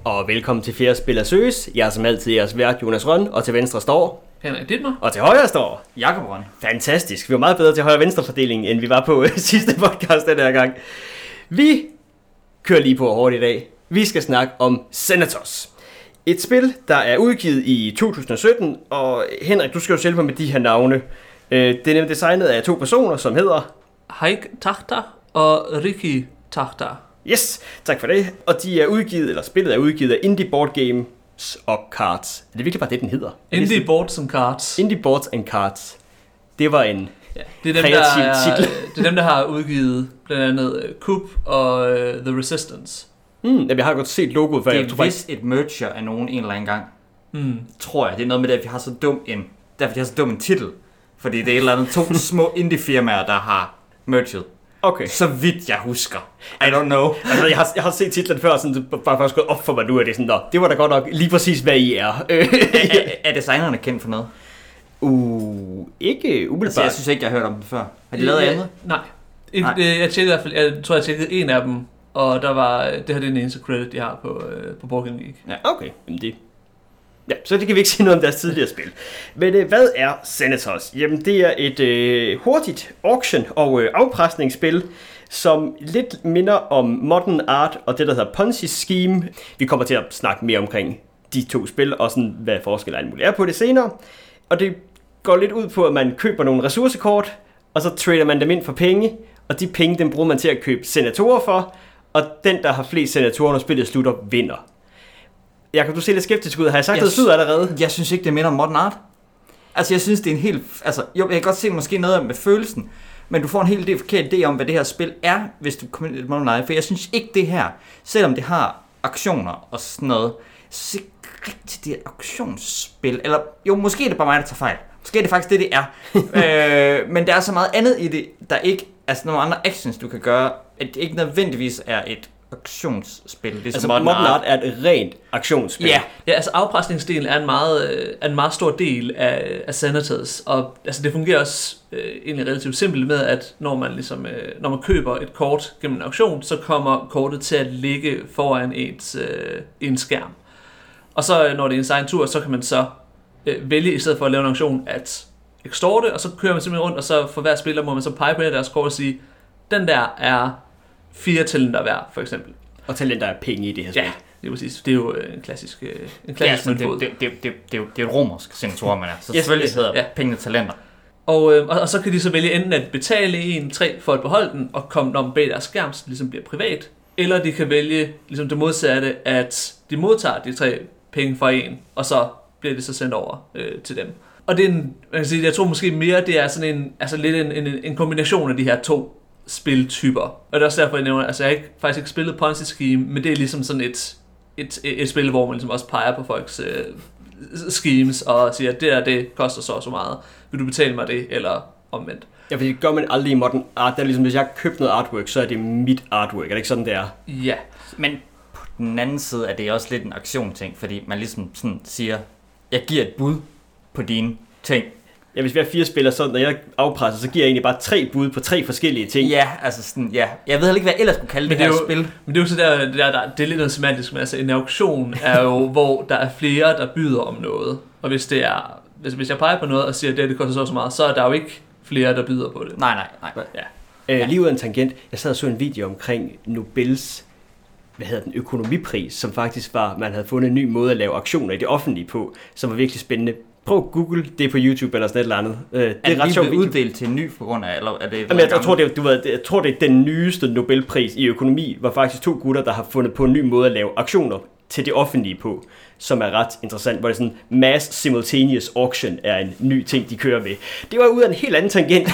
Og velkommen til Fjerde Spiller Søges. Jeg er som altid jeres vært, Jonas Røn, og til venstre står Henrik Dittmer. Og til højre står Jakob Røn. Fantastisk. Vi var meget bedre til højre-venstre fordelingen, end vi var på sidste podcast den her gang. Vi kører lige på hårdt i dag. Vi skal snakke om Senators. Et spil, der er udgivet i 2017, og Henrik, du skal jo hjælpe med de her navne. Det er nemlig designet af to personer, som hedder Haik Tahta og Ricky Tahta. Yes, tak for det. Og de er udgivet, eller spillet er udgivet af Indie Board Games og Cards. Er det virkelig bare det, den hedder? Indie Boards and Cards. Indie Boards and Cards. Det var en det er dem, kreativ titel. Det er dem, der har udgivet blandt andet Coop og The Resistance. Jamen, jeg har godt set logoet før. Det er vist et merger af nogen en eller anden gang. Tror jeg. Det er noget med det, at vi har så dum en titel. Fordi det er et eller andet to små indie-firmaer, der har merged. Okay. Så vidt jeg husker. I don't know. Altså, jeg har set titlen før, sådan, bare først gået op for mig nu, at det er sådan, det var da godt nok lige præcis, hvad I er. Er designerne kendt for noget? Ikke umiddelbart. Altså, jeg synes ikke, jeg har hørt om det før. Har de lavet andet? Nej. Jeg tjekkede i hvert fald, jeg tror, jeg tjekkede en af dem, og der var, det her det er den eneste credit, de har på Board Game Geek. Ja, okay. Ja, så det kan vi ikke sige noget om deres tidligere spil. Men hvad er Senators? Jamen, det er et hurtigt auction- og afpresningsspil, som lidt minder om Modern Art og det, der hedder Ponzi Scheme. Vi kommer til at snakke mere omkring de to spil, og sådan, hvad forskellen er på det senere. Og det går lidt ud på, at man køber nogle ressourcekort, og så trader man dem ind for penge, og de penge, dem bruger man til at købe senatorer for, og den, der har flest senatorer, når spillet slutter, vinder. Jakob, du ser lidt skeptisk ud. Har jeg sagt noget syd allerede? Jeg synes ikke, det minder om Modern Art. Altså, jeg synes, det er en helt... Altså, jo, jeg kan godt se måske noget med følelsen, men du får en helt del forkert idé om, hvad det her spil er, hvis du kommer ind i Modern Art. For jeg synes ikke det her, selvom det har aktioner og sådan noget, så synes ikke rigtigt, det er et auktionsspil. Eller, jo, måske er det bare mig, der tager fejl. Måske er det faktisk det er. Men der er så meget andet i det, der ikke... Altså, nogle andre actions, du kan gøre, at det ikke nødvendigvis er et auktionsspil. Det er altså Modern Art er et rent aktionsspil. Ja, altså afpresningsdelen er en meget stor del af Senators, og altså det fungerer også egentlig relativt simpelt med, at når man køber et kort gennem en auktion, så kommer kortet til at ligge foran en skærm. Og så når det er ens egen tur, så kan man så vælge i stedet for at lave en auktion at extorte, og så kører man simpelthen rundt, og så for hver spiller må man så pege på deres kort og sige, den der er 4 talenter hver, for eksempel. Og talenter er penge i det her spil. Ja, det er præcis. Det er jo en klassisk møntfod. Det er jo et romersk senator, man er. Så selvfølgelig hedder pengene talenter. Og så kan de så vælge enten at betale 3 for at beholde den, og komme om bag deres skærm, så det ligesom bliver privat. Eller de kan vælge ligesom det modsatte, at de modtager de 3 penge fra en, og så bliver det så sendt over til dem. Og det er jeg tror måske mere, det er sådan en kombination af de her to spiltyper. Og det er også derfor, jeg nævner, altså jeg har faktisk ikke spillet Ponzi Scheme, men det er ligesom sådan et spil, hvor man ligesom også peger på folks schemes og siger, at det koster så meget. Vil du betale mig det, eller omvendt? Ja, for det gør man aldrig i Modern Art. Det er ligesom, hvis jeg har købt noget artwork, så er det mit artwork. Er det ikke sådan, det er? Ja. Men på den anden side er det også lidt en aktion-ting, fordi man ligesom sådan siger, jeg giver et bud på dine ting. Ja, hvis vi har 4 spillere, så når jeg afpresser, så giver jeg egentlig bare 3 bud på 3 forskellige ting. Ja, altså sådan, ja. Jeg ved heller ikke, hvad jeg ellers skulle kalde det her spil. Men det er jo så det er lidt noget semantisk, men altså en auktion er jo, hvor der er flere, der byder om noget. Og hvis jeg peger på noget og siger, at det koster så meget, så er der jo ikke flere, der byder på det. Nej. Ja. Lige ud af en tangent, jeg sad og så en video omkring Nobels økonomipris, som faktisk var, man havde fundet en ny måde at lave auktioner i det offentlige på, som var virkelig spændende. Prøv at google det på YouTube eller sådan et eller andet. Det er ret sjovt. Uddelt til en ny på grund af, eller er det? Jamen, jeg tror det er den nyeste Nobelpris i økonomi, var faktisk 2 gutter, der har fundet på en ny måde at lave auktioner til det offentlige på, som er ret interessant, hvor det er sådan mass simultaneous auction er en ny ting, de kører med. Det var ud af en helt anden tangent.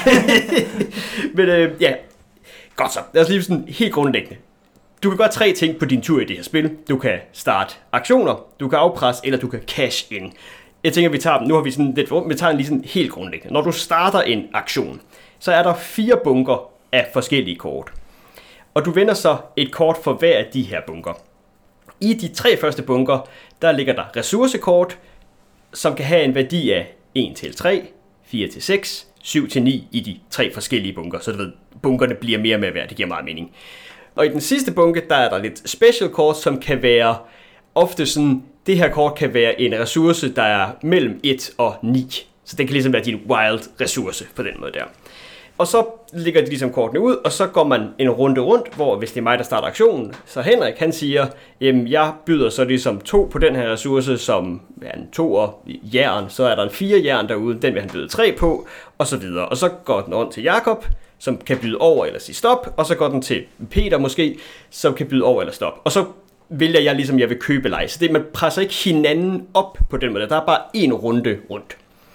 Men ja, godt så. Lad os lige sådan helt grundlæggende. Du kan gøre 3 ting på din tur i det her spil. Du kan starte aktioner, du kan afpresse, eller du kan cash in. Jeg tænker, vi tager dem. Nu har vi sådan lidt, vi tager den lige sådan helt grundlæggende. Når du starter en aktion, så er der 4 bunker af forskellige kort. Og du vender så et kort for hver af de her bunker. I de 3 første bunker, der ligger der ressourcekort, som kan have en værdi af 1-3, 4-6, 7-9 i de 3 forskellige bunker. Så du ved, bunkerne bliver mere og mere værd. Det giver meget mening. Og i den sidste bunke, der er der lidt special kort, som kan være ofte sådan, det her kort kan være en ressource, der er mellem 1 og 9. Så det kan ligesom være din wild ressource på den måde der. Og så ligger de ligesom kortene ud, og så går man en runde rundt, hvor hvis det er mig, der starter aktionen, så Henrik, han siger, jeg byder så ligesom 2 på den her ressource, som er en 2'er jern, så er der en 4 jern derude, den vil han byde 3 på, og så videre. Og så går den rundt til Jakob, som kan byde over eller sige stop, og så går den til Peter måske, som kan byde over eller stop. Og så vælger jeg ligesom, jeg vil købe leje. Så det, man presser ikke hinanden op på den måde, der er bare en runde rundt.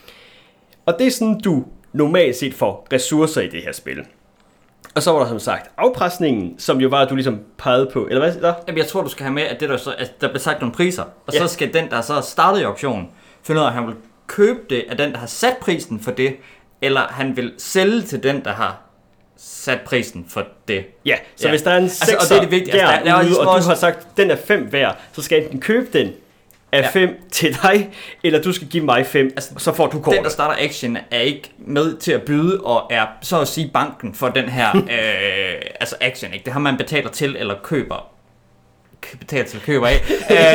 Og det er sådan, du normalt set får ressourcer i det her spil. Og så var der som sagt afpresningen, som jo var, at du ligesom pegede på, eller hvad der? Jamen, jeg tror, du skal have med, at der bliver sagt nogle priser, og så skal den, der så startede i auktionen, finde ud af, at han vil købe det af den, der har sat prisen for det, eller han vil sælge til den, der har sat prisen for det. Ja, så hvis der er en 6'er, og det er det vigtige, og du har sagt, den er 5 værd, så skal enten købe den af 5 til dig, eller du skal give mig 5, så får du kortet. Den, der starter action, er ikke med til at byde, og er så at sige banken for den her action. Ikke? Det har man betaler til, eller køber. Betaler til, køber af.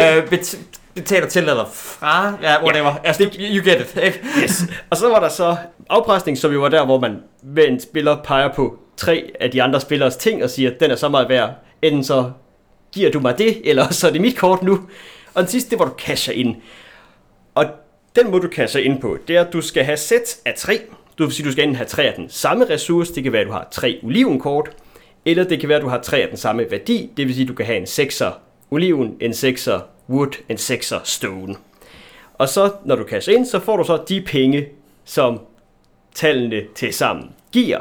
Betaler til, eller fra. Ja, whatever. Altså, you get it. Ikke? Yes. Og så var der så afpresning, som jo var der, hvor man ved en spiller peger på 3 af de andre spillers ting, og siger, at den er så meget værd. Enten så giver du mig det, eller så er det mit kort nu. Og den sidste, det var du casher ind. Og den måde, du casher ind på, det er, at du skal have sæt af 3. Du vil sige, du skal enten have 3 af den samme ressource. Det kan være, at du har 3 olivenkort. Eller det kan være, at du har 3 af den samme værdi. Det vil sige, at du kan have en 6'er oliven, en 6'er wood, en 6'er stone. Og så, når du casher ind, så får du så de penge, som tallene til sammen giver.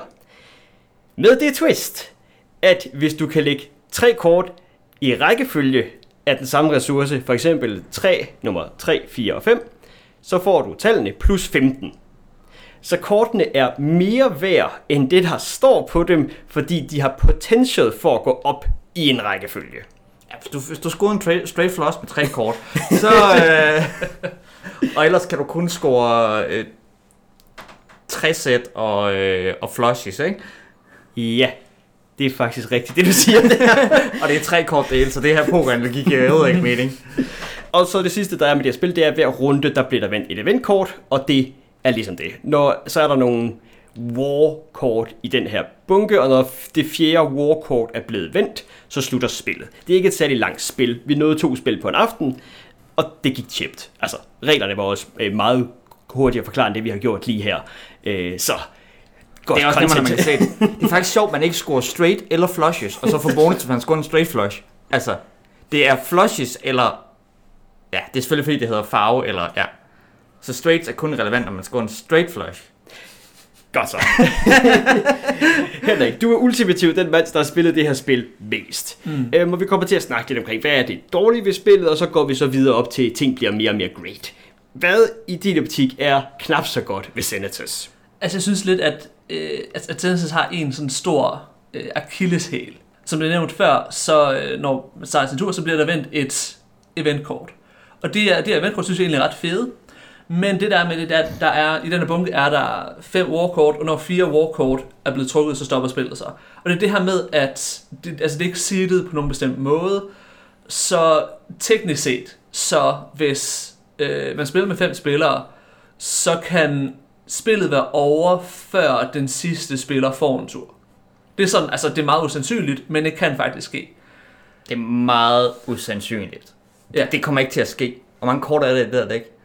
Med det twist, at hvis du kan lægge 3 kort i rækkefølge af den samme ressource, for eksempel 3, nummer 3, 4 og 5, så får du tallene plus 15. Så kortene er mere værd end det, der står på dem, fordi de har potential for at gå op i en rækkefølge. Ja, hvis du scorer en straight flush med 3 kort, så og ellers kan du kun score 3 sæt og flushes, ikke? Ja, det er faktisk rigtigt, det du siger. Og det er 3 kort del, så det her pokeranalogik giver ikke mening. Og så det sidste, der er med det her spil, det er, at hver runde, der bliver der vendt et eventkort, og det er ligesom det. Så er der nogle war-kort i den her bunke, og når det 4. war-kort er blevet vendt, så slutter spillet. Det er ikke et særligt langt spil. Vi nåede 2 spil på en aften, og det gik chipt. Altså, reglerne var også meget hurtigt at forklare, end det vi har gjort lige her. Så godt. Det er også det, man kan se. Det er faktisk sjovt, at man ikke scorer straight eller flushes, og så får bonus, hvis man scorer en straight flush. Altså, det er flushes eller... Ja, det er selvfølgelig fordi, det hedder farve, eller... Ja. Så straights er kun relevant, når man scorer en straight flush. Godt så. Henrik, du er ultimativt den mand, der har spillet det her spil mest. Og vi kommer til at snakke lidt omkring, hvad er det dårlige ved spillet, og så går vi så videre op til, at ting bliver mere og mere great. Hvad i din optik er knap så godt ved Senators? Altså, jeg synes lidt, at Senators har en sådan stor akilleshæl. Som det nævnt før, så når man starter sin tur, så bliver der vendt et eventkort. Og det eventkort synes jeg egentlig er ret fede. Men det der med det, der er i den her bunke, er der 5 warkort, og når 4 warkort er blevet trukket, så stopper spillet sig. Og det er det her med, at det er ikke seedet på nogen bestemt måde. Så teknisk set, så hvis man spiller med 5 spillere, så kan spillet være over, før den sidste spiller får en tur. Det er sådan, altså det er meget usandsynligt, men det kan faktisk ske. Det er meget usandsynligt. Ja. Det kommer ikke til at ske. Hvor mange kort er det, ved det ikke?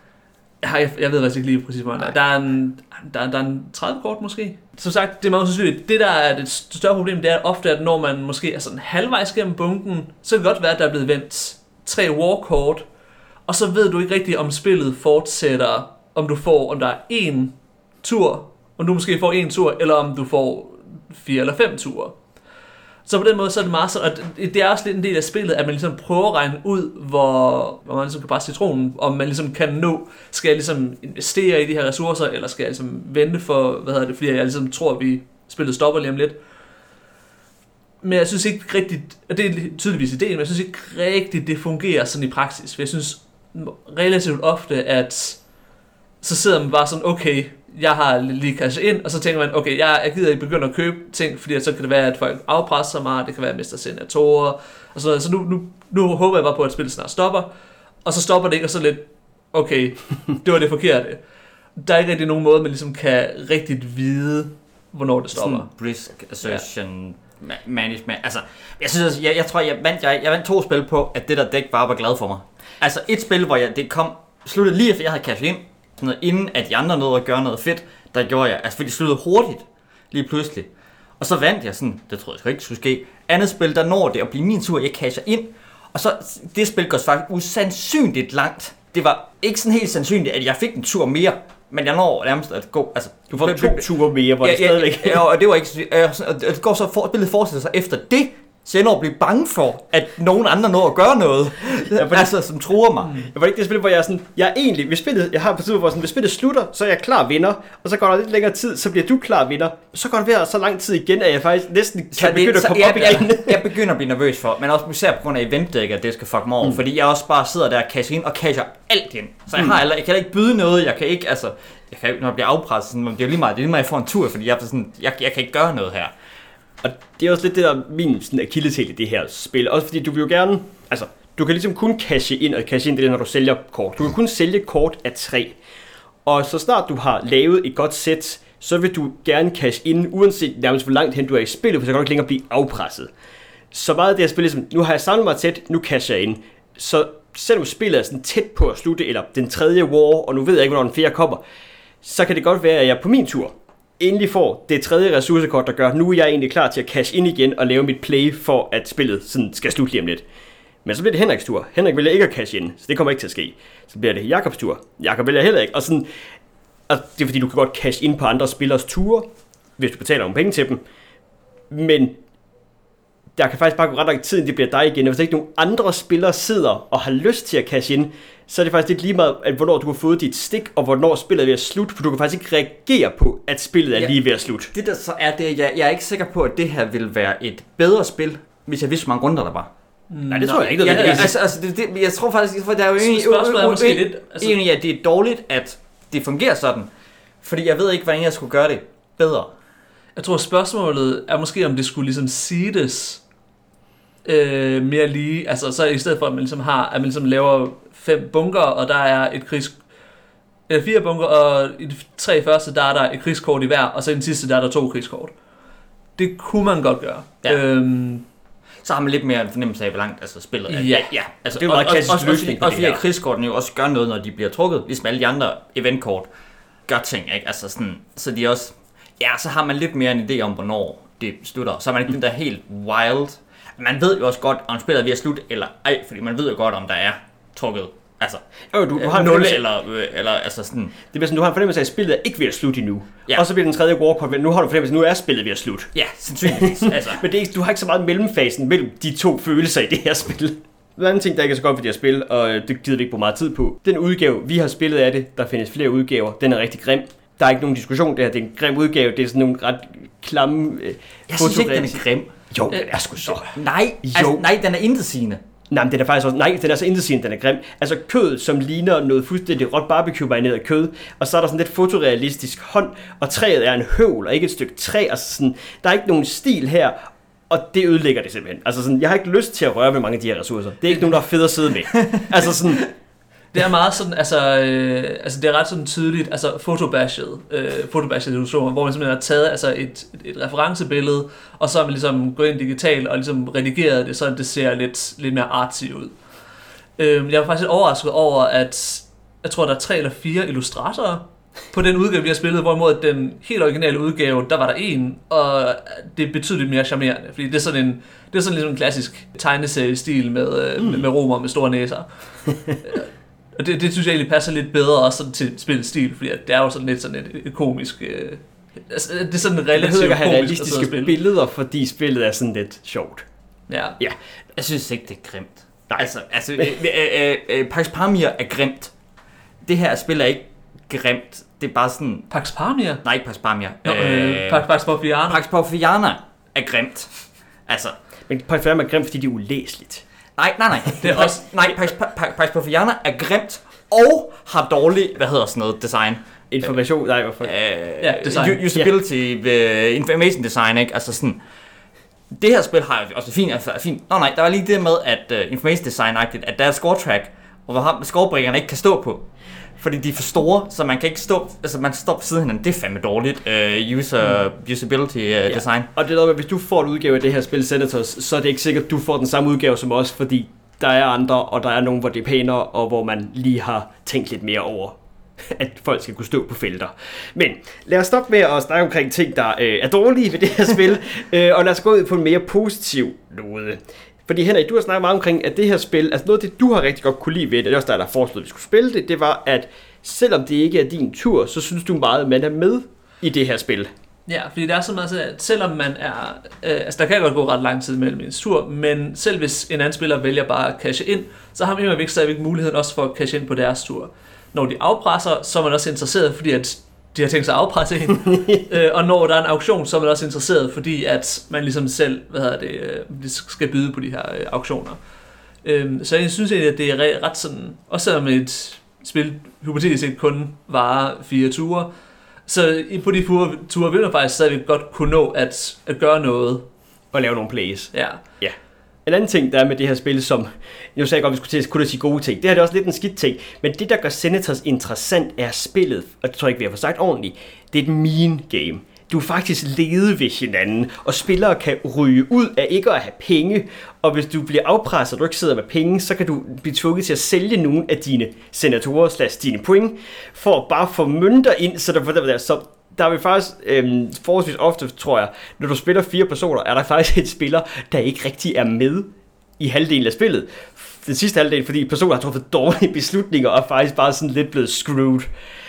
Jeg ved faktisk ikke lige præcis, hvor der er en 30 kort måske. Som sagt, det er meget usandsynligt. Det der er det større problem, det er ofte, at når man måske er sådan halvvejs gennem bunken, så kan det godt være, at der er blevet vendt 3 war-kort, og så ved du ikke rigtigt, om spillet fortsætter, om der er 1 tur, om du måske får 1 tur, eller om du får 4 eller 5 ture. Så på den måde, så er det meget sådan, og det er også lidt en del af spillet, at man ligesom prøver at regne ud, hvor man ligesom kan bare citronen, om man ligesom kan nå, skal jeg ligesom investere i de her ressourcer, eller skal jeg ligesom vente for, fordi jeg ligesom tror, at spillet stopper lige om lidt. Men jeg synes ikke rigtigt, og det er tydeligvis ideen, men jeg synes ikke rigtigt, det fungerer sådan i praksis. For jeg synes relativt ofte, at så sidder man bare sådan, okay, jeg har lige cashet ind, og så tænker man, okay, jeg gider ikke begynde at købe ting, fordi så kan det være, at folk afpresser mig, det kan være, at jeg mister senatorer, og sådan noget. Så nu håber jeg bare på, at spillet snart stopper, og så stopper det ikke, og så lidt, okay, det var det forkerte. Der er ikke rigtig nogen måde, man ligesom kan rigtigt vide, hvornår det stopper. Sådan risk assertion management. Altså, jeg synes, jeg tror, jeg vandt 2 spil på, at det der dæk bare var glad for mig. Altså, et spil, hvor det sluttede lige efter, jeg havde cashet ind, sådan noget, inden at de andre nåede at gøre noget fedt, der gjorde jeg. Altså, fordi det sluttede hurtigt, lige pludselig. Og så vandt jeg sådan, det troede jeg sgu ikke skulle ske. Andet spil, der når det at blive min tur, jeg casher ind. Og så, det spil går faktisk usandsynligt langt. Det var ikke sådan helt sandsynligt, at jeg fik en tur mere. Men jeg når nærmest at gå, altså... Du får 2 ture mere, hvor det stadigvæk... Ja, og det var ikke... Og det går så spillet fortsætter sig efter det, så jeg når at blive bange for, at nogen andre når at gøre noget, altså, som truer mig. Jeg var ikke det spil, hvor jeg er sådan... Jeg er egentlig... Jeg har på tid, hvor sådan, hvis spillet slutter, så er jeg klar vinder, og så går der lidt længere tid, så bliver du klar vinder. Så går det ved så lang tid igen, at jeg faktisk næsten kan begynde at komme op igen. Jeg begynder at blive nervøs for, men også især på grund af eventdæk, at det skal fuck mig over, fordi jeg også bare sidder der og casher ind og casher alt ind. Så jeg kan ikke byde noget, jeg kan ikke, altså... når jeg bliver afpresset, sådan, det er jo lige meget, jeg får en tur, fordi jeg kan ikke gøre noget her. Og det er også lidt det der min sådan akilleshæl i det her spil. Også fordi du vil jo gerne... Altså, du kan ligesom kun cashe ind, og cashe ind det er, når du sælger kort. Du kan kun sælge kort af 3. Og så snart du har lavet et godt sæt, så vil du gerne cashe ind, uanset nærmest hvor langt hen du er i spillet, for så kan du ikke længere blive afpresset. Så meget af det her spil, ligesom, nu har jeg samlet mig et sæt, nu casher jeg ind. Så selvom spillet er sådan tæt på at slutte, eller den 3. war, og nu ved jeg ikke, hvornår den 4. kommer, så kan det godt være, at jeg på min tur endelig får det 3. ressourcekort, der gør, nu er jeg egentlig klar til at cash ind igen og lave mit play, for at spillet sådan skal slutte lige om lidt. Men så bliver det Henriks tur. Henrik vælger ikke at cash ind, så det kommer ikke til at ske. Så bliver det Jakobs tur. Jakob vælger heller ikke. Og sådan, altså, det er fordi, du kan godt cash ind på andre spillers ture, hvis du betaler nogle penge til dem. Men der kan faktisk bare gå ret lang tid, det bliver dig igen. Og hvis ikke nogen andre spillere sidder og har lyst til at cash ind, så er det faktisk lidt lige meget, at hvornår du har fået dit stik, og hvornår spillet er ved at slutte, for du kan faktisk ikke reagere på, at spillet er lige ved at slutte. Det der så er det, jeg er ikke sikker på, at det her vil være et bedre spil, hvis jeg vidste, hvor mange runder der var. Nej, det tror jeg ikke. Jeg tror faktisk, for der er jo egentlig, at det er dårligt, at det fungerer sådan, fordi jeg ved ikke, hvordan jeg skulle gøre det bedre. Jeg tror, spørgsmålet er måske, om det skulle ligesom seedes mere lige, altså så i stedet for, at man ligesom laver 5 bunker, og der er et 4 bunker, og i de 3 første, der er der et krigskort i hver, og så i den sidste, der er der 2 krigskort. Det kunne man godt gøre. Ja. Så har man lidt mere en fornemmelse af, hvor langt altså, spillet er. Ja. Altså, det er jo meget klassisk løsning. Også fordi krigskortene jo også gør noget, når de bliver trukket, ligesom alle de andre eventkort gør ting, ikke? Altså sådan, så de også, så har man lidt mere en idé om, hvornår det slutter. Så er man ikke den der helt wild. Man ved jo også godt, om spillet er ved at slutte, eller ej, fordi man ved jo godt, om der er trukket. Altså, du har 0 eller altså sådan. Det er sådan, du har en fornemmelse af, at spillet er ikke ved at slutte endnu. Ja. Og så bliver den 3. warkort, nu har du fornemmelse, at nu er spillet ved at slutte. Ja, sandsynligvis. Altså. Men det er ikke, du har ikke så meget mellemfasen mellem de 2 følelser i det her spil. En anden ting, der ikke er så godt for det her spil, og det gider vi ikke bruge meget tid på. Den udgave, vi har spillet af det, der findes flere udgaver, den er rigtig grim. Der er ikke nogen diskussion, det her, det er en grim udgave, det er sådan nogle ret klamme jeg synes ikke, den er grim. Jo, den er sgu så. Nej, den er intetsigende. Nej, men den er faktisk også, den er så intetsigende, den er grim. Altså kød, som ligner noget fuldstændig råt barbecue-marineret kød, og så er der sådan lidt fotorealistisk hånd, og træet er en høvl, og ikke et stykke træ, altså sådan, der er ikke nogen stil her, og det ødelægger det simpelthen. Altså sådan, jeg har ikke lyst til at røre ved mange af de her ressourcer. Det er ikke nogen, der er fedt at sidde med. Altså sådan... Det er meget sådan, altså det er ret sådan tydeligt, altså fotobashed illustrationer, hvor man simpelthen har taget altså et referencebillede, og så har man ligesom gået ind digitalt og ligesom redigeret det, så det ser lidt mere artsy ud. Jeg var faktisk lidt overrasket over, at jeg tror, der er 3 eller 4 illustratorer på den udgave, vi har spillet, hvorimod den helt originale udgave, der var der 1, og det er betydeligt mere charmerende, fordi det er sådan ligesom en klassisk tegneseriestil med romer med store næser. Og det synes jeg egentlig passer lidt bedre også sådan til spillets stil, fordi det er jo sådan lidt sådan et komisk... altså, det er sådan relativt komisk at have realistiske billeder, fordi spillet er sådan lidt sjovt. Ja. Jeg synes ikke, det er grimt. Nej. Altså Pax Pamir er grimt. Det her spil er ikke grimt. Det er bare sådan... Pax Pamir? Nej, ikke Pax Pamir. Pax Porfiana. Pax Porfiana er grimt. Altså... Men Pax Porfiana er grimt, fordi det er ulæseligt. Nej. Det er også... Nej, Pax Porfiana er grimt og har dårlig, design. Information, nej, hvorfor? Design. Usability, information design, ikke? Altså sådan, det her spil har også fint. Nej, der var lige det med, at information design-agtigt, at der er et score track, hvor scorebrikkerne ikke kan stå på. Fordi de er for store, så man kan ikke stå, altså man står på siden hinanden. Det er fandme dårligt, usability design. Og det er noget, hvis du får en udgave af det her spil, Senators, så er det ikke sikkert, at du får den samme udgave som os, fordi der er andre, og der er nogen, hvor det er pænere, og hvor man lige har tænkt lidt mere over, at folk skal kunne stå på felter. Men lad os stoppe med at snakke omkring ting, der er dårlige ved det her spil, og lad os gå ud på en mere positiv note. Fordi Henrik, du har snakket meget omkring, at det her spil, altså noget af det, du har rigtig godt kunne lide ved det, det er også der foreslået, at vi skulle spille det, det var, at selvom det ikke er din tur, så synes du meget, at man er med i det her spil. Ja, fordi det er sådan noget, at selvom man er... altså, der kan godt gå ret lang tid mellem ens tur, men selv hvis en anden spiller vælger bare at cashe ind, så har man stadigvæk muligheden også for at cashe ind på deres tur. Når de afpresser, så er man også interesseret, fordi at de har tænkt sig at afpresse en. Og når der er en auktion, så er man også interesseret, fordi at man ligesom selv skal byde på de her auktioner. Så jeg synes egentlig, at det er ret sådan... Også selvom et spil hypotetisk set kun varer 4 ture, så på de ture vil man faktisk stadigvæk godt kunne nå at gøre noget. Og lave nogle plays. Ja. En anden ting, der er med det her spil, som jeg sagde godt, vi skulle til at kunne sige gode ting, det her er også lidt en skidt ting, men det, der gør Senators interessant, er spillet, og det tror jeg ikke, vi har fået sagt ordentligt, det er et mean game. Du er faktisk lede ved hinanden, og spillere kan ryge ud af ikke at have penge, og hvis du bliver afpresset, og du ikke sidder med penge, så kan du blive tvunget til at sælge nogle af dine senatorer / dine point, for at bare få mønter ind, så der vil faktisk forholdsvis ofte, tror jeg, når du spiller 4 personer, er der faktisk et spiller, der ikke rigtig er med i halvdelen af spillet. Den sidste halvdel, fordi personer har truffet dårlige beslutninger, og er faktisk bare sådan lidt blevet screwed.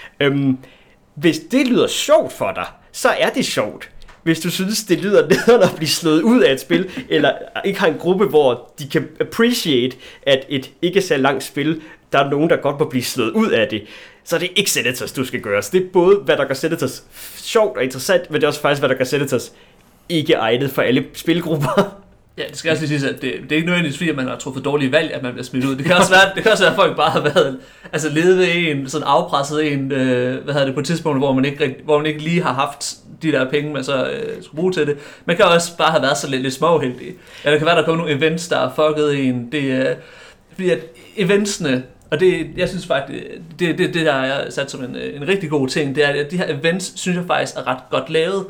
Hvis det lyder sjovt for dig, så er det sjovt. Hvis du synes, det lyder nederen at blive slået ud af et spil, eller ikke har en gruppe, hvor de kan appreciate, at et ikke så langt spil, der er nogen, der godt må blive slået ud af det, så er det ikke Senators, du skal gøre. Så det er både, hvad der gør Senators sjovt og interessant, men det er også faktisk, hvad der gør Senators ikke egnet for alle spilgrupper. Ja, det skal også lige sige, at det er ikke nødvendigvis, fordi man har truffet dårlige valg, at man bliver smidt ud. Det kan også være, at folk bare har været ledet en, sådan afpresset en, på et tidspunkt, hvor man ikke lige har haft de der penge, man så skulle bruge til det. Man kan også bare have været så lidt småheldig. Ja, det kan være, der kommer nogle events, der har fucket en. Fordi at eventsene, og det, jeg synes faktisk, det der er sat som en rigtig god ting, det er, at de her events, synes jeg faktisk er ret godt lavet,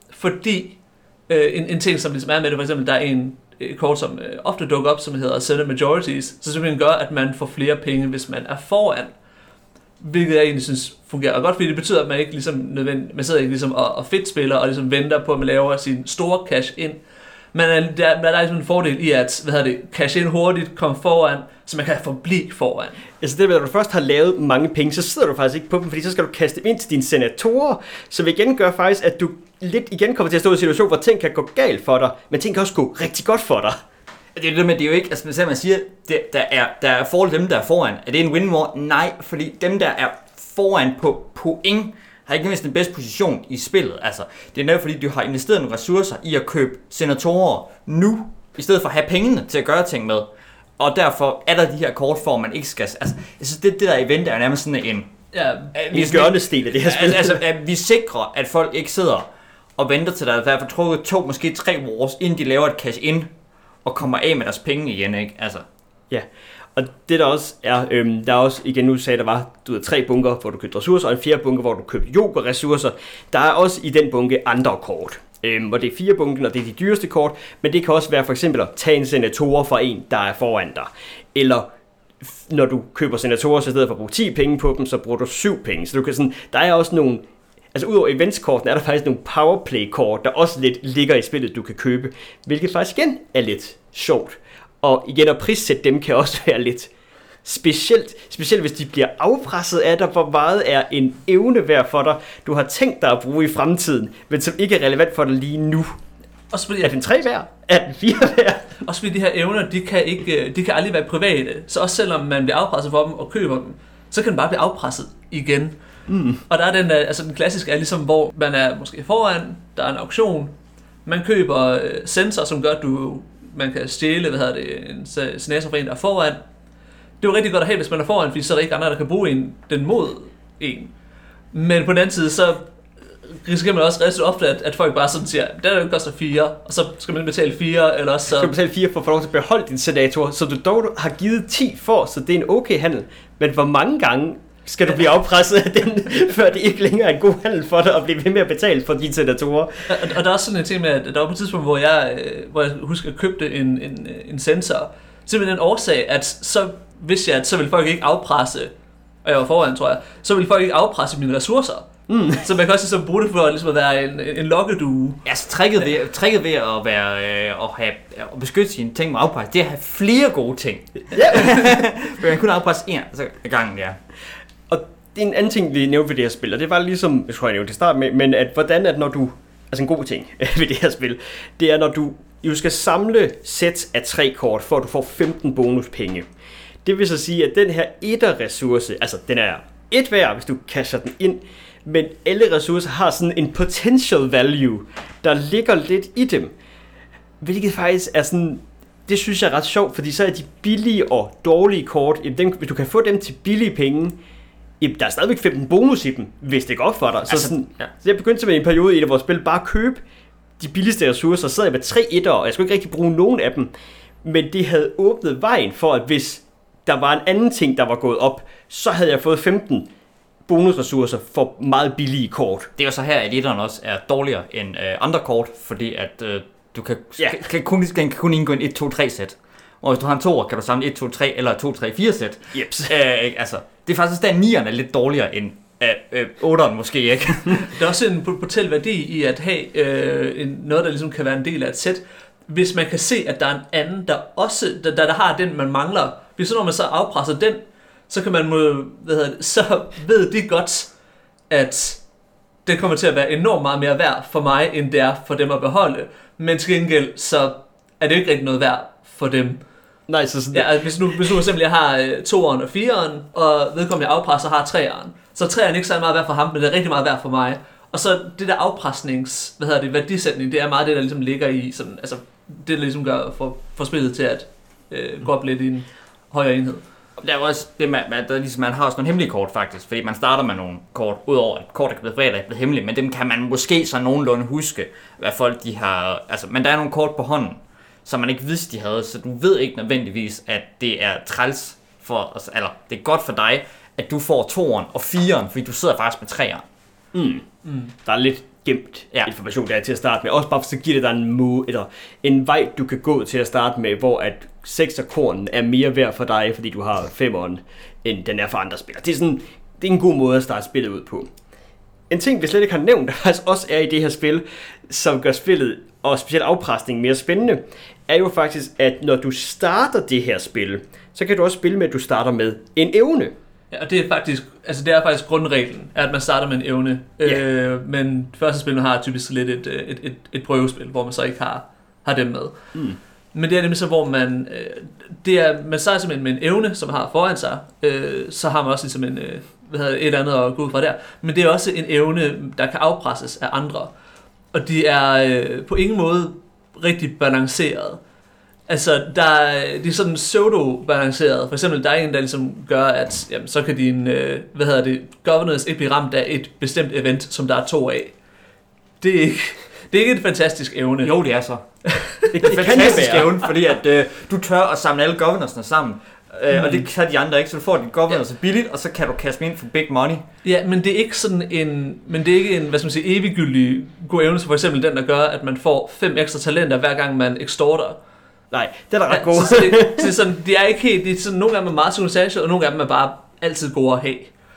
fordi en ting, som ligesom er med det, for eksempel, der er en kort, som ofte dukker op, som hedder Senate Majorities, så simpelthen gør, at man får flere penge, hvis man er foran. Hvilket jeg egentlig synes fungerer godt, fordi det betyder, at man ikke ligesom man sidder ikke ligesom og fedtspiller og ligesom venter på, at man laver sin store cash ind. Men der er ligesom en fordel i at cash ind hurtigt, komme foran, så man kan forblive foran. Altså det, når du først har lavet mange penge, så sidder du faktisk ikke på dem, fordi så skal du kaste dem ind til dine senatorer, så vi igen gør faktisk, at du lidt igen kommer til at stå i en situation, hvor ting kan gå galt for dig, men ting kan også gå rigtig godt for dig. Det er det med, det er jo ikke, altså man siger, der er forhold dem, der er foran. Er det en win-war? Nej, fordi dem, der er foran på point, har ikke mindst den bedste position i spillet. Altså, det er netop fordi, du har investeret nogle ressourcer i at købe senatorer nu, i stedet for at have pengene til at gøre ting med. Og derfor er der de her kort, for man ikke skal... Altså, jeg synes, det der event er nærmest sådan en hjørnestil af det her spil. Altså, at vi sikrer, at folk ikke sidder og venter til, der er derfor trukket 2, måske 3 wars, inden de laver et cash-in og kommer af med deres penge igen, ikke? Altså. Ja, og det der også er, der er også, igen nu sagde der var, 3 bunker, hvor du købte ressourcer, og en 4. bunke, hvor du købte yoga-ressourcer. Der er også i den bunke andre kort, hvor det er 4 bunken, og det er de dyreste kort, men det kan også være for eksempel at tage en senatorer fra en, der er foran dig. Eller når du køber senatorer, så i stedet for at bruge 10 penge på dem, så bruger du 7 penge. Så du kan sådan, der er også nogle, altså udover eventskortene, er der faktisk nogle powerplay-kort, der også lidt ligger i spillet, du kan købe, hvilket faktisk igen er lidt sjovt. Og igen, at prissætte dem kan også være lidt specielt hvis de bliver afpresset af dig, hvor meget er en evne værd for dig, du har tænkt dig at bruge i fremtiden, men som ikke er relevant for dig lige nu. Også fordi, er den 3 værd? Er den 4 værd? Også fordi de her evner, de kan aldrig være private, så også selvom man bliver afpresset for dem og køber dem, så kan den bare blive afpresset igen. Og der er den klassiske er ligesom, hvor man er måske foran, der er en auktion, man køber sensor, som gør, at man kan stjæle, en senator fra en, der er foran. Det er jo rigtig godt at have, hvis man er foran, fordi så er der ikke andre, der kan bruge den mod en. Men på den anden side, så risikerer man også relativt ofte, at folk bare sådan siger, den koster 4, og så skal man betale 4, eller også så... Skal du betale 4 for at få lov til at beholde din senator, så du dog har givet 10 for, så det er en okay handel. Men hvor mange gange skal du blive afpresset af den, før det ikke længere er en god handel for dig, at blive ved med at betale for dine senatorer? Og der er også sådan en ting med, at der var på et tidspunkt, hvor jeg husker at købte en sensor, simpelthen en årsag, at så vidste jeg, at så ville folk ikke afpresse, og jeg var foran, tror jeg, så ville folk ikke afpresse mine ressourcer. Så man kan også ligesom bruge det for ligesom at være en lokkedue. Altså tricket ved at være at beskytte sine ting med afpres, det er at have flere gode ting. Men man kun afpresse en så gangen, ja. Og det er en anden ting, vi nævnte ved det her spil, og det var ligesom, jeg tror jeg nævnte det start med, men at hvordan at når du, altså en god ting ved det her spil, det er når du skal samle sæt af 3 kort, for at du får 15 bonuspenge. Det vil så sige, at den her etterressource, altså den er 1 værd, hvis du casher den ind, men alle ressourcer har sådan en potential value, der ligger lidt i dem. Hvilket faktisk er sådan, det synes jeg er ret sjovt, fordi så er de billige og dårlige kort, hvis du kan få dem til billige penge, der er stadigvæk 15 bonus i dem, hvis det går op for dig. Altså, så jeg begyndte simpelthen i en periode i et af vores spil bare at købe de billigste ressourcer, så sad jeg med 3 etter, og jeg skulle ikke rigtig bruge nogen af dem. Men det havde åbnet vejen for, at hvis der var en anden ting, der var gået op, så havde jeg fået 15 bonusressourcer for meget billige kort. Det er jo så her, at etteren også er dårligere end andre kort, fordi at du kan kun indgå en 1-2-3 sæt. Og hvis du har en 2'er, kan du samle 1-2-3 eller 2-3-4 sæt. Jeps. Altså, det er faktisk der 9'eren er lidt dårligere end 8'eren måske, ikke? Der er også en potentiel værdi i at have noget, der ligesom kan være en del af et sæt. Hvis man kan se, at der er en anden, der også der har den, man mangler. Hvis så når man så afpresser den, så kan man så ved de godt, at det kommer til at være enormt meget mere værd for mig, end det er for dem at beholde. Men til gengæld, så er det ikke rigtig noget værd for dem. Nej, så sådan ja, hvis nu simpelthen har 2'eren og 4'eren, og vedkommende afpresser har 3'eren, så 3'eren ikke så meget værd for ham, men det er rigtig meget værd for mig. Og så det der afpresnings, værdisætning, det er meget det, der ligesom ligger i, sådan, altså det, der ligesom gør for spillet til at gå op lidt i en højere enhed. Der er også det med, at ligesom, man har også nogle hemmelige kort faktisk, fordi man starter med nogle kort, udover at kort er blevet fredag er blevet hemmelige, men dem kan man måske så nogenlunde huske, hvad folk de har, altså, men der er nogle kort på hånden, som man ikke vidste de havde, så du ved ikke nødvendigvis, at det er træls for, eller det er godt for dig, at du får 2'eren og 4'eren, fordi du sidder faktisk med 3'eren. Der er lidt gemt information der til at starte med. Også bare så giver det dig en vej, du kan gå til at starte med, hvor at 6'er-kornen er mere værd for dig, fordi du har 5'eren, end den er for andre spillere. Det er en god måde at starte spillet ud på. En ting, vi slet ikke har nævnt, der faktisk også er i det her spil, som gør spillet, og specielt afpresning, mere spændende, er jo faktisk, at når du starter det her spil, så kan du også spille med, at du starter med en evne. Ja, og det er faktisk grundreglen, at man starter med en evne. Men første spil, man har typisk lidt et prøvespil, hvor man så ikke har dem med. Men det er nemlig så, hvor man starter simpelthen med en evne, som man har foran sig. Så har man også ligesom et andet at gå ud fra der. Men det er også en evne, der kan afpresses af andre. Og de er på ingen måde rigtig balanceret. Altså, de er sådan pseudo-balanceret. For eksempel, der er en, der ligesom gør, at jamen, så kan din, governors ikke blive ramt af et bestemt event, som der er 2 af. Det er ikke et fantastisk evne. Jo, det er så. Det er en fantastisk evne, fordi at du tør at samle alle governorsne sammen. Og det kan de andre ikke, så du får dit governor så billigt, og så kan du kaste ind for big money. Ja, men det er ikke sådan en, hvad skal man sige, eviggyldig god evne, så for eksempel den, der gør, at man får 5 ekstra talenter, hver gang man extorter. Nej, det er da ret god. Så det er sådan, de er ikke helt, det er sådan, nogle af dem er meget substantielle, og nogle af dem er bare altid gode at have.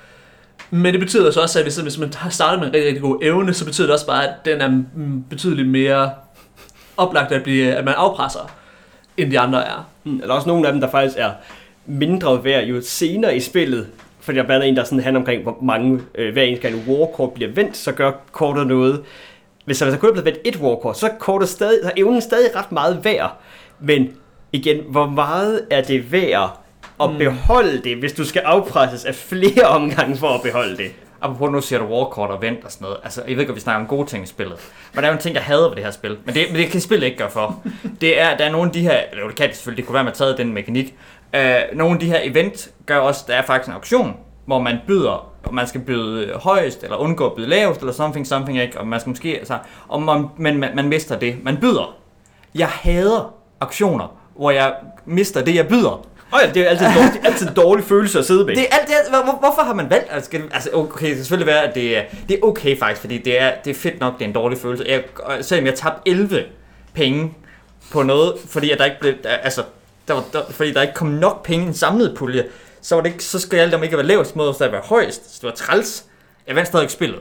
Men det betyder så også, at hvis man starter med en rigtig, rigtig god evne, så betyder det også bare, at den er betydeligt mere oplagt at man afpresser, end de andre er. Der er også nogle af dem, der faktisk er mindre værd jo senere i spillet, fordi der blandt andet en, der sådan handler omkring, hvor mange hver eneste gang warkort bliver vendt, så gør kortet noget. Hvis der kun er blevet vendt et warkort, så er evnen stadig ret meget værd. Men igen, hvor meget er det værd at beholde det, hvis du skal afpresses af flere omgange for at beholde det? Apropos nu siger du warkort og vent og sådan noget. Altså, jeg ved ikke, om vi snakker om gode ting i spillet. Men der er jo en ting, jeg hader ved det her spil. Men det kan spillet ikke gøre for. Der er nogle af de her, eller det kan det selvfølgelig, det kunne være, at man taget den mekanik. Nogle af de her event gør også, der er faktisk en auktion, hvor man byder man skal byde højst, eller undgå at byde lavest, eller something, ikke? Og man skal måske, altså, og man mister det, man byder. Jeg hader auktioner, hvor jeg mister det, jeg byder. Det er altid en dårlig følelse at sidde med. Det er alt det. Hvorfor har man valgt? Altså, okay, det kan selvfølgelig være, at det er okay faktisk, fordi det er fedt nok, det er en dårlig følelse. Selvom jeg tabte 11 penge på noget, fordi at der ikke blev, altså, fordi der ikke kom nok penge i en samlet pulje, så skal jeg ikke være lavest mod, så jeg være højst. Så det var træls. Jeg vandt stadig ikke spillet.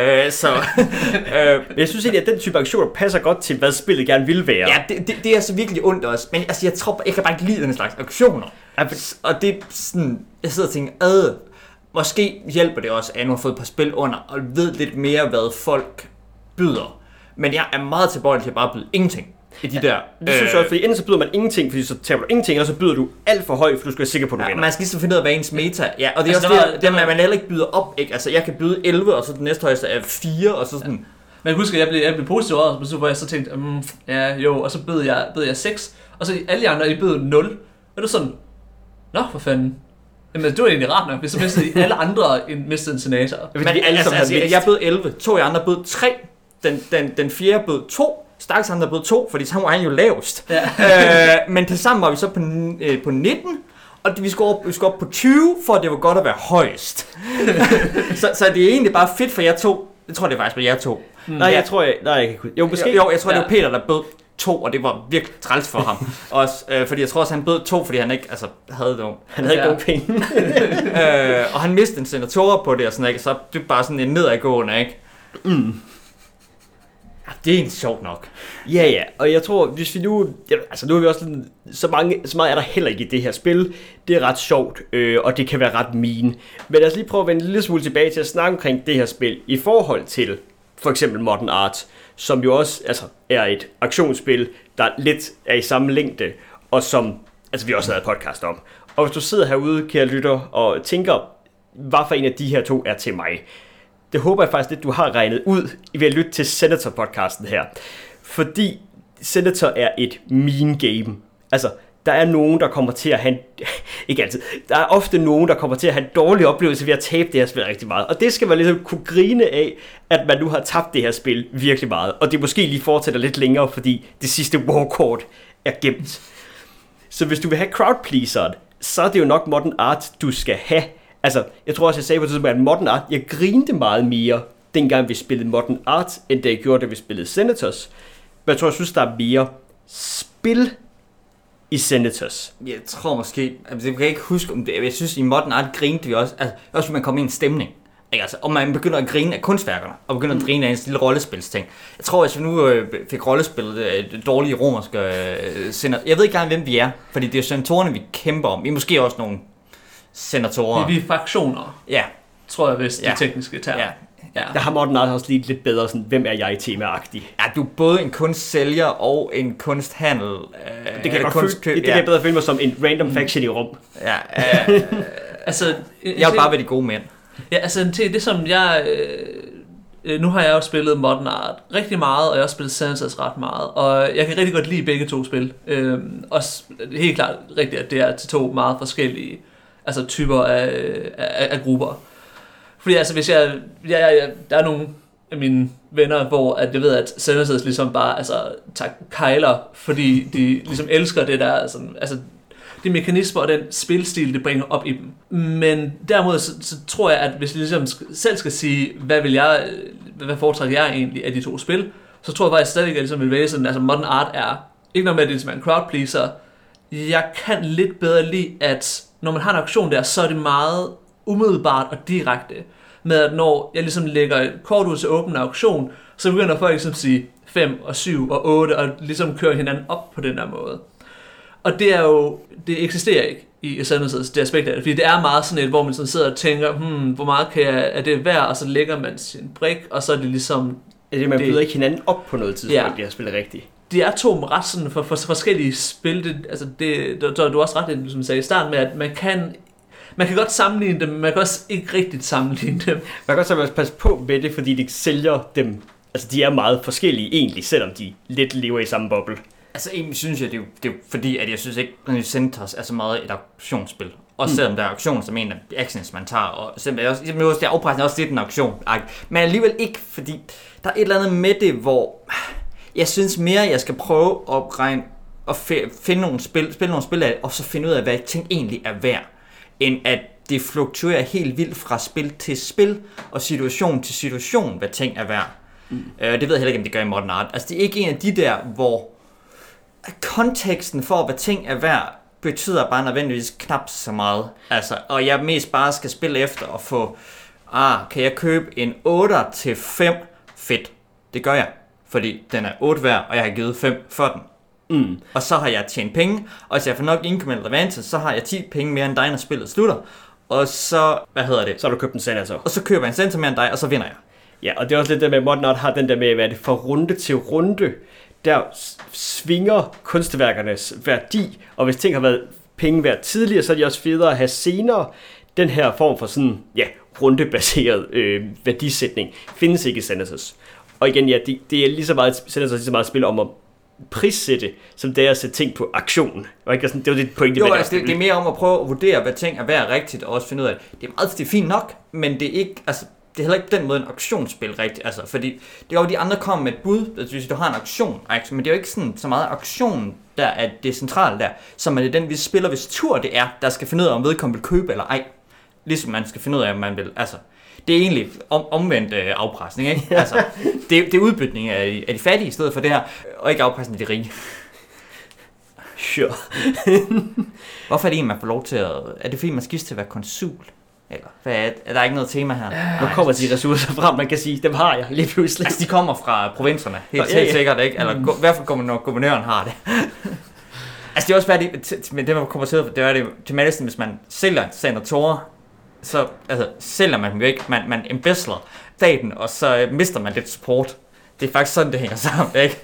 Men jeg synes egentlig, at den type aktioner passer godt til, hvad spillet gerne vil være. Ja, det er så virkelig ondt også. Men altså, jeg kan bare ikke lide den slags aktioner. Og det er sådan, jeg sidder og tænker, måske hjælper det også, at jeg nu har fået et par spil under, og ved lidt mere, hvad folk byder. Men jeg er meget tilbøjelig til at bare byde ingenting i de der. Det synes jeg også, fordi enten så byder man ingenting, fordi så taber du ingenting, og så byder du alt for højt, for du skal være sikker på, at du vinder. Man skal ligesom finde ud af, hvad ens meta. Ja, og det er altså, også det, man heller ikke byder op, ikke? Altså, jeg kan byde 11, og så den næste højeste er 4, og så sådan. Men jeg husker, at jeg blev positiv over, hvor jeg så tænkte, og så bød jeg 6, og så alle de andre, de bød 0. Og du sådan, nå for fanden. Jamen, det var egentlig rart nok, hvis så mistede alle andre mistede en senator. Men jeg bød 11, 2 af andre bød 3, den fjerde bød 2, Stakkels andre bød 2, fordi så var han jo lavest. Ja. Men til sammen var vi så på 19, og vi skulle op på 20, for at det var godt at være højst. så det er egentlig bare fedt for jer to. Jeg tror, det er faktisk på jer to. Nej, jeg tror, jeg kan. Jo, måske. Jo, jeg tror, det var Peter, der bød 2, og det var virkelig træls for ham. Også, fordi jeg tror også, han bød 2, fordi han ikke havde det. Han havde ikke nogen penge. Og han mistede en senatorer på det, og sådan, ikke? Så det er bare sådan en nedadgående, ikke? Det er egentlig sjovt nok. Ja, og jeg tror, hvis vi nu... nu er vi også så meget er der heller ikke i det her spil. Det er ret sjovt, og det kan være ret mean. Men lad os lige prøve at vende en lille smule tilbage til at snakke omkring det her spil i forhold til for eksempel Modern Art, som jo også er et aktionsspil, der lidt er i samme længde, og som vi også havde et podcast om. Og hvis du sidder herude, kære lytter, og tænker, hvad for en af de her to er til mig, det håber jeg faktisk lidt, du har regnet ud ved at lytte til Senator-podcasten her. Fordi Senator er et mean game. Der er nogen, der kommer til at have ikke altid. Der er ofte nogen, der kommer til at have en dårlig oplevelse ved at tabe det her spil rigtig meget. Og det skal man ligesom kunne grine af, at man nu har tabt det her spil virkelig meget. Og det måske lige fortsætter lidt længere, fordi det sidste warcard er gemt. Så hvis du vil have crowdpleaseren, så er det jo nok Modern Art, du skal have. Jeg tror også, jeg sagde på det tidspunkt, at Modern Art, jeg grinte meget mere, dengang vi spillede Modern Art, end det jeg gjorde, da vi spillede Senators. Men jeg tror, jeg synes, der er mere spil i Senators. Jeg tror måske, jeg kan ikke huske om det, jeg synes, i Modern Art grinte vi også, også man kom i en stemning. Og man begynder at grine af kunstværkerne, og begynder at grine af en lille rollespilsting. Jeg tror, hvis vi nu fik rollespillet dårlige romerske senatorer, jeg ved ikke engang, hvem vi er, fordi det er senatorerne, vi kæmper om. Vi er måske også nogle senatorer. Vi er fraktioner. Ja. Tror jeg, hvis det tekniske term. Ja. Der har Modern Art også lidt bedre, sådan, hvem er jeg i tema-agtig. Ja, du er både en kunstsælger og en kunsthandel. Det kan jeg bedre føle mig som en random faction i rum. Ja, jeg vil bare være de gode mænd. Ja, det som jeg... nu har jeg jo spillet Modern Art rigtig meget, og jeg har også spillet Senators ret meget, og jeg kan rigtig godt lide begge to spil. Også helt klart rigtigt, at det er til to meget forskellige typer af grupper. Fordi hvis der er nogle af mine venner, hvor at jeg ved, at Senators ligesom bare tager kejler, fordi de ligesom elsker det der, de mekanismer og den spilstil, det bringer op i dem. Men derimod så tror jeg, at hvis jeg ligesom selv skal sige, hvad foretrækker jeg egentlig af de to spil, så tror jeg faktisk stadig, at jeg ligesom vil vælge sådan, Modern Art er ikke noget med, at det er en crowd pleaser. Jeg kan lidt bedre lide, at når man har en auktion der, så er det meget umiddelbart og direkte. Med at når jeg ligesom lægger et kort ud til åben auktion, så begynder folk ligesom at sige 5 og 7 og 8 og ligesom kører hinanden op på den der måde. Og det er jo, det eksisterer ikke i Senators, det aspekt af det, fordi det er meget sådan et, hvor man sådan sidder og tænker, hvor meget er det værd, og så lægger man sin brik, og så er det ligesom... Man byder ikke hinanden op på noget tidspunkt, det her spil er rigtigt. Det er to ret sådan for forskellige spil, du har også ret, som du sagde i starten, med at man kan godt sammenligne dem, men man kan også ikke rigtigt sammenligne dem. Man kan også passe på med det, fordi de sælger dem, de er meget forskellige egentlig, selvom de lidt lever i samme boble. Egentlig synes jeg, det er fordi, at jeg synes ikke, at Senators er så meget et auktionsspil. Også selvom der er auktion som en af actions, man tager. Og simpelthen også, det er afpresning også lidt en auktion. Men alligevel ikke, fordi der er et eller andet med det, hvor jeg synes mere, jeg skal prøve at finde nogle spil af det, og så finde ud af, hvad ting egentlig er værd, end at det fluktuerer helt vildt fra spil til spil, og situation til situation, hvad ting er værd. Det ved jeg heller ikke, om det gør i Modern Art. Altså, det er ikke en af de der, hvor konteksten for, hvad ting er værd, betyder bare nødvendigvis knap så meget. Altså, og jeg mest bare skal spille efter og få, kan jeg købe en 8 til 5? Fedt. Det gør jeg, fordi den er 8 værd, og jeg har givet 5 for den. Og så har jeg tjent penge, og hvis jeg får nok incremental advantage, så har jeg 10 penge mere end dig, når spillet slutter. Og så, Så har du købt en senator. Og så køber jeg en senator mere end dig, og så vinder jeg. Ja, og det er også lidt det med, at Modern Art har den der med, hvad det fra runde til runde, der svinger kunstværkernes værdi, og hvis ting har været penge værd tidligere, så er de også federe at have senere. Den her form for sådan, rundebaseret værdisætning findes ikke i Senators. Og igen, det er lige så meget Senators, lige så meget spil om at prissætte, som det er at sætte ting på aktion. Og ikke sådan, det var det pointe. Jo, altså det er mere om at prøve at vurdere, hvad ting er værd rigtigt, og også finde ud af, det er fint nok, men det er ikke, altså, det er heller ikke den måde en auktionsspil rigtigt, altså, fordi det er jo, de andre kommer med et bud, altså hvis du har en auktion, men det er jo ikke sådan så meget auktion, der er det centrale der, som er det den, vi spiller, hvis tur det er, der skal finde ud af, om vedkommende vil købe eller ej. Ligesom man skal finde ud af, om man vil, altså, det er egentlig omvendt afpresning, ikke? Altså, det er udbytning af de fattige i stedet for det her, og ikke afpresning af de rige. Sure. Hvorfor er det egentlig, man får lov til at... Er det fordi, man skifter til at være konsul? Eller hvad er der ikke noget tema her? Nu kommer de ressourcer frem, man kan sige, dem har jeg lige pludselig. Altså, de kommer fra provinserne, helt sikkert, ikke? Eller i hvert fald når guvernøren har det. Altså, det er også værd, men det man kommer til, det er det til Madison, hvis man sælger senatorer, så sælger man dem jo ikke, man embezzler staten, og så mister man lidt support. Det er faktisk sådan, det hænger sammen, ikke?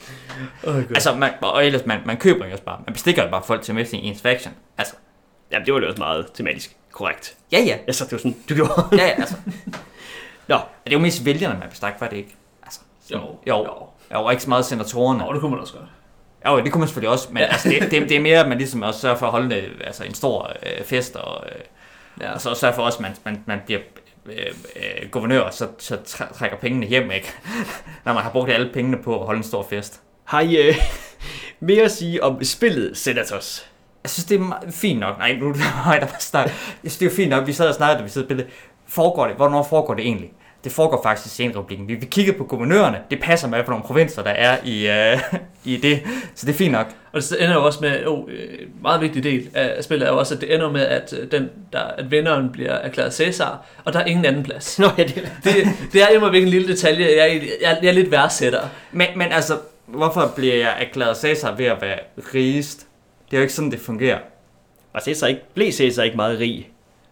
Altså, og ellers, man køber jo også bare, man bestikker jo bare folk til med i ens faction. Altså. Jamen, det var det også meget tematisk korrekt. Ja. Altså, det var sådan, du gjorde. Ja, altså. Nå, det er jo mest vælgerne, man bestak, var det ikke? Altså, jo, ikke så meget senatorerne. Det kunne man også godt. Jo, det kunne man selvfølgelig også, men altså, det er mere, at man ligesom også sørger for at holde en stor fest, og så sørger for også, at man bliver guvernør, og så trækker pengene hjem, ikke? Når man har brugt alle pengene på at holde en stor fest. Har I mere at sige om spillet Senators? Jeg synes, det er fint nok. Nej, nu er der bare start. Jeg synes, det er fint nok. Vi sad og snakkede, da vi sad og spillede. Hvornår foregår det egentlig? Det foregår faktisk i Scenerepublikken. Vi kigger på guvernørerne. Det passer med, for nogle provinser, der er i det. Så det er fint nok. Og det ender jo også med, en meget vigtig del af spillet er jo også, at det ender med, at vinderen bliver erklæret Cæsar, og der er ingen anden plads. Nå, ja, det er imod en lille detalje, jeg er lidt værdsætter. Men altså, hvorfor bliver jeg erklæret Cæsar ved at være rigest? Det er jo ikke sådan, det fungerer. Blev Cæsar ikke meget rig?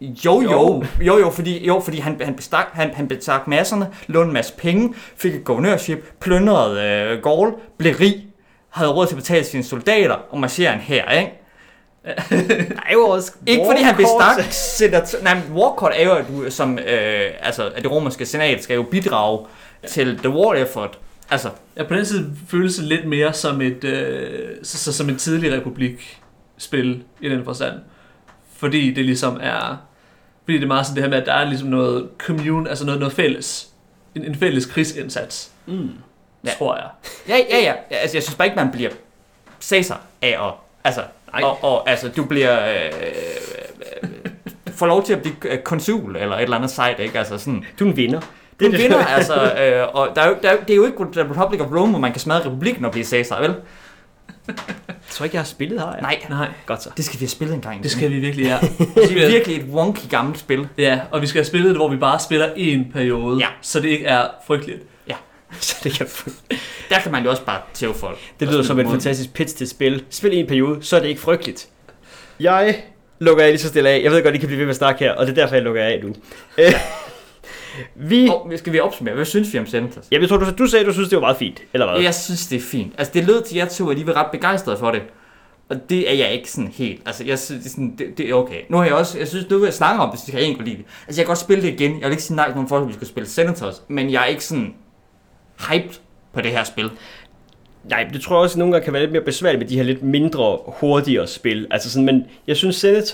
Jo, fordi han bestak masserne, lånte en masse penge, fik et guvernørship, plyndrede Gaul, blev rig, havde råd til at betale sine soldater og marchere en hær, ikke? Nej, jo også ikke fordi han bestak. Nej, Warcourt er jo, at du som at det romerske senat skal jo bidrage til the war effort. Altså. Ja, på den side føles det lidt mere som som en tidlig republik-spil i den forstand. Fordi det ligesom er... Fordi det er meget sådan det her med, at der er ligesom noget commune, altså noget fælles. En fælles krigsindsats. Tror jeg. Ja. Altså, jeg synes bare ikke, man bliver Cæsar af at... Altså, og altså, du bliver... får lov til at blive konsul eller et eller andet sejt, ikke? Altså sådan... Du er en vinder. Du vinder, altså... og det er jo ikke The Republic of Rome, hvor man kan smadre republikken og blive Cæsar, vel? Jeg tror ikke, jeg har spillet her. Nej. Godt så. Det skal vi have spillet en gang. Det skal vi virkelig, ja. Det er virkelig et wonky gammelt spil. Ja, og vi skal have spillet det, hvor vi bare spiller en periode, så det ikke er frygteligt. Ja. Så det kan... Der kan man jo også bare tæve folk. Det lyder som et fantastisk pitch til spil. Spil en periode, så er det ikke frygteligt. Jeg lukker af lige så stille af. Jeg ved godt, I kan blive ved med at snakke her, og det er derfor, jeg lukker af nu. Skal vi opsummere? Hvad synes vi om Senators? Jeg tror, du sagde, du synes, det var meget fint, eller hvad? Jeg synes, det er fint. Altså, det lød til jer to, at I var ret begejstrede for det. Og det er jeg ikke sådan helt. Altså, jeg synes, det er okay. Nu har jeg synes, du vil snakke om det, hvis jeg ikke kunne lide det. Altså, jeg kan godt spille det igen. Jeg vil ikke sige nej til nogen folk, at vi skal spille Senators, men jeg er ikke sådan hyped på det her spil. Nej, det tror jeg også, at nogle gange kan være lidt mere besværligt med de her lidt mindre, hurtigere spil. Altså sådan, men jeg synes, Senator,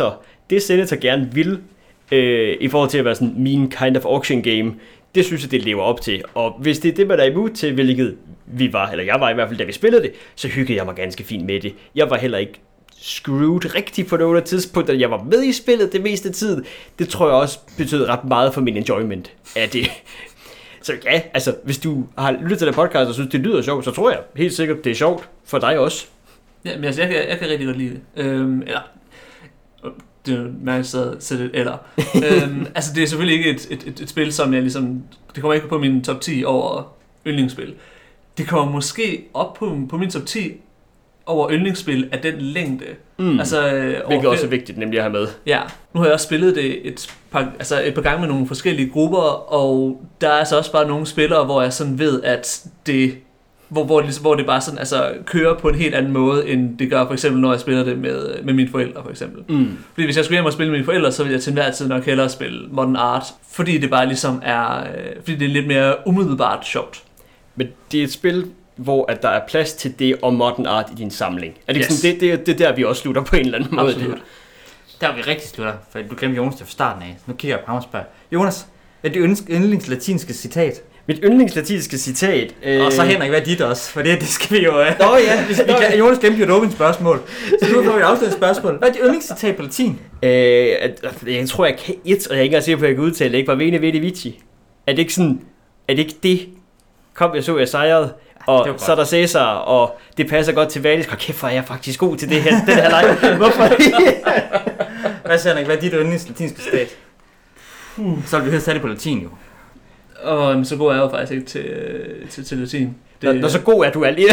det Senator gerne vil, i forhold til at være sådan min kind of auction game, det synes jeg, det lever op til. Og hvis det er det, man er imod til, hvilket vi var, eller jeg var i hvert fald, da vi spillede det, så hyggede jeg mig ganske fint med det. Jeg var heller ikke screwed rigtigt på nogle tidspunkter. Jeg var med i spillet det meste af tiden. Det tror jeg også betød ret meget for min enjoyment af det. Så ja, altså, hvis du har lyttet til den podcast og synes, det lyder sjovt, så tror jeg helt sikkert, det er sjovt for dig også. Ja, men altså, jeg kan rigtig godt lide det. Eller, det er jo mærkeligt at sætte et eller. Altså, det er selvfølgelig ikke et spil, som jeg ligesom... Det kommer ikke på min top 10 over yndlingsspil. Det kommer måske op på min top 10 over yndlingsspil af den længde. Altså, hvilket også er vigtigt, nemlig at have med. Ja, nu har jeg også spillet det et par gange med nogle forskellige grupper, og der er altså også bare nogle spillere, hvor jeg sådan ved, at det... Hvor det bare sådan, altså, kører på en helt anden måde, end det gør for eksempel, når jeg spiller det med mine forældre, for eksempel. Fordi hvis jeg skulle hjem og spille med mine forældre, så ville jeg til enhver tid nok hellere spille Modern Art, fordi det bare ligesom er, fordi det er lidt mere umiddelbart sjovt. Men det er et spil, hvor at der er plads til det og Modern Art i din samling. Er det ikke sådan, det er der, vi også slutter på en eller anden måde? Absolut. Der er vi rigtig slutter, for du glemte Jonas til fra starten af. Nu kigger jeg på ham og spørger, Jonas, hvad er det yndlings latinske citat? Mit yndlingslatinske citat... Og så Henrik, hvad er dit også? For det skal vi jo... Nå ja, Jonas glemte jo et åbent spørgsmål. Så nu får vi et afsluttende spørgsmål. Hvad er dit yndlingscitat på latin? Jeg tror, jeg kan et, og jeg er ikke engang sikker på, at jeg kan udtale det, ikke? Var Vene Vede Vici. Er det ikke sådan... Er det ikke det? Kom, jeg så, jeg sejrede. Og så er der Cæsar, og det passer godt til Valis. Kæft, hvor er jeg faktisk god til det her, den her leg. Hvorfor? Hvad siger Henrik, hvad er dit yndlingslatinske citat? Så vil vi høre det på latin jo. Og så god er jeg jo faktisk ikke til latin. Når så god er du alene.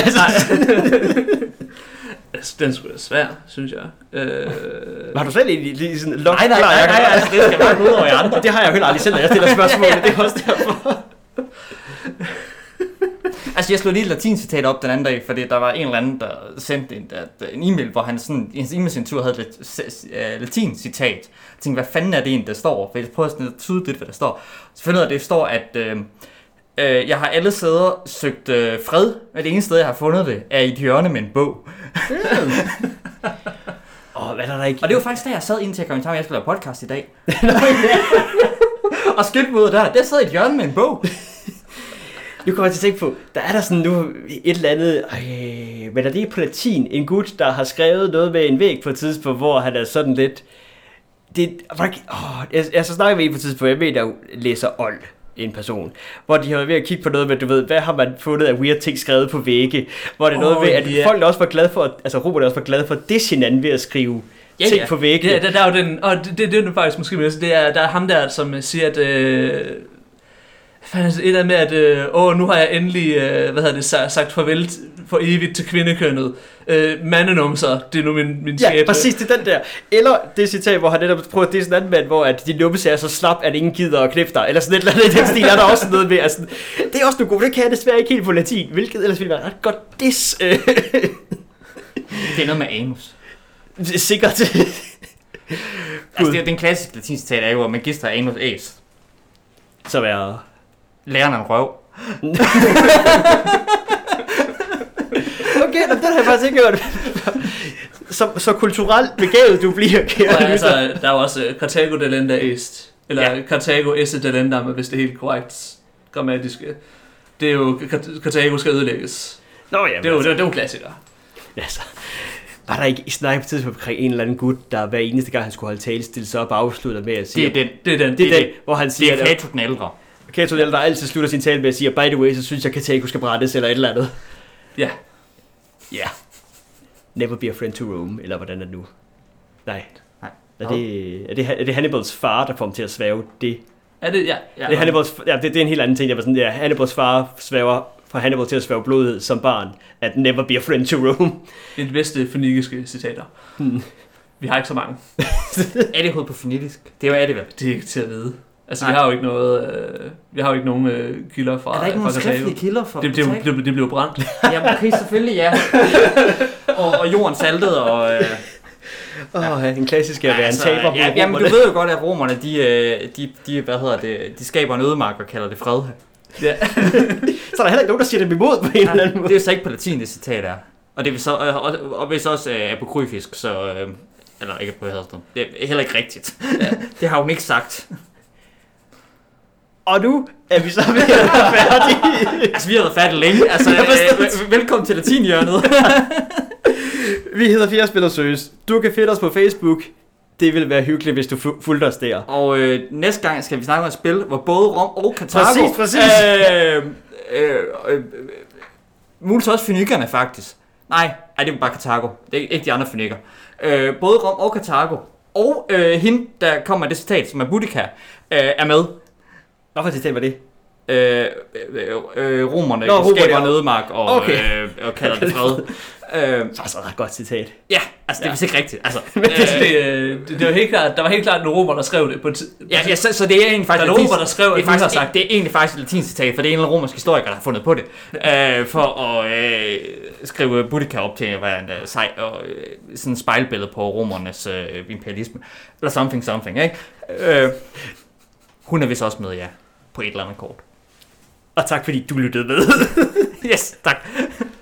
Altså, den skulle være svær, synes jeg. Har du selv lige sådan nej, altså, det skal bare gå ud over jer andre. Det har jeg jo heller aldrig selv, når jeg stiller spørgsmål, det er også derfor. Altså, jeg slog lige et latincitat op den anden dag, fordi der var en eller anden, der sendte en e-mail, hvor han sådan, i hans e-mailsignatur havde et latincitat. Jeg tænkte, hvad fanden er det egentlig, der står? For jeg prøver sådan at tyde lidt, hvad der står. Så finder jeg, at det står, at jeg har alle steder søgt fred, og det eneste sted, jeg har fundet det, er i et hjørne med en bog. Hvad er der ikke? Og det var faktisk da jeg sad indtil jeg kom i tanke, at jeg skulle lave podcast i dag. Og skilt mod der sad i et hjørne med en bog. Nu kommer jeg til at tænke på, der er der sådan nu et eller andet, men er det på latin, en gut, der har skrevet noget med en væg på et tidspunkt, hvor han er sådan lidt, jeg så snakker med en på et tidspunkt, jeg ved, der læser old, en person, hvor de har været ved at kigge på noget med, du ved, hvad har man fundet af weird ting skrevet på vægge, hvor det er noget ved, at folk også var glade for, altså Robert også var glad for at disse hinanden ved at skrive ting på vægge. Ja, der er jo den, og det er faktisk måske med, det er, der er ham der, som siger, at et eller andet med, at nu har jeg endelig sagt farvel for evigt til kvindekønnet. Mandenumser, det er nu min skæbne. Ja, præcis, det er den der. Eller det citat, hvor han netop prøver at det er sådan en anden mand, hvor at de numse er så slap, at ingen gider at knæfte dig. Eller sådan et eller andet i den stil, er der også noget med. Altså, det er også noget godt, det kan jeg desværre ikke helt på latin, hvilket ellers ville være ret godt dis. Det er noget med anus. Sikkert. Altså, den klassiske latincitat er jo, at magister anus æs. Så er læreren en røv. Okay, den har jeg faktisk ikke hørt. Så kulturelt begavet du bliver, kære. Altså, der er jo også Carthago delenda est. Eller Carthago esse delenda, hvis det er helt korrekt grammatiske. Det er jo, Carthago skal ødelægges. Nå ja. Det er jo en klassiker. Ja, så. Var der ikke i snak på tidspunkt omkring en eller anden gut, der hver eneste gang han skulle holde tale, stille sig op og afslutte med at sige... Det er den, hvor han siger... Det er Cato den ældre. Cato den ældre, der altid slutter sin tale med at sige, by the way, så synes jeg, Carthago skal brændes eller et eller andet. Ja. Ja. Never be a friend to Rome, eller hvordan er det nu? Nej. Er det Hannibals far, der kommer til at svæve det? Er det? Ja. Det er Hannibals, det er en helt anden ting. Jeg var sådan, ja, Hannibals far svæver fra Hannibal til at svæve blod som barn, at never be a friend to Rome. Det er de bedste fønikiske citater. Vi har ikke så mange. Er det hovedet på fønikisk? Det er det vel? Det er ikke til at vide. Altså, vi har jo ikke noget, vi har jo ikke nogen kilder fra. Er der ikke nogen skriftlige kilder for? Det blev brændt. Jamen, okay, selvfølgelig, ja. og jorden saltet, og... en klassisk at være en taber. Jamen, du ved jo godt, at romerne, de skaber en ødemark og kalder det fred. Ja. Så er der heller ikke nogen, der siger dem imod på en eller anden måde. Det er jo så ikke på latin, det citat er. Og det vil så, og hvis også apokryfisk, så Eller ikke på Haderslev. Det er heller ikke rigtigt. Ja. Det har hun ikke sagt. Og nu er vi så ved at være færdige. Altså, vi har været færdige længe. Altså, velkommen til latinhjørnet. Vi hedder 4 Spiller Søs. Du kan finde os på Facebook. Det vil være hyggeligt, hvis du fulgte os der. Og næste gang skal vi snakke om et spil, hvor både Rom og Karthago... Præcis. Muligvis også fønikerne, faktisk. Nej, det er bare Karthago. Det er ikke de andre fønikker. Både Rom og Karthago. Og hende, der kommer det citat, som er Boudica, er med. Hvorfor citat var det? Romerne skaber nødmark og kalder det fred. Så er et godt citat. Ja, altså det er vist ikke rigtigt. Altså, det var helt klart, der var helt klart nogle romer, der skrev det på ja, så det er egentlig faktisk... Der er romer, der skrev, det har sagt. Det er egentlig faktisk et latinsk citat, for det er en romersk historiker, der har fundet på det. For at skrive Boudica op til at være en sej og sådan et spejlbillede på romernes imperialisme. Eller something, ikke? Hun er vist også med, ja, på et eller andet kort. Og tak fordi du lyttede med. Yes, tak.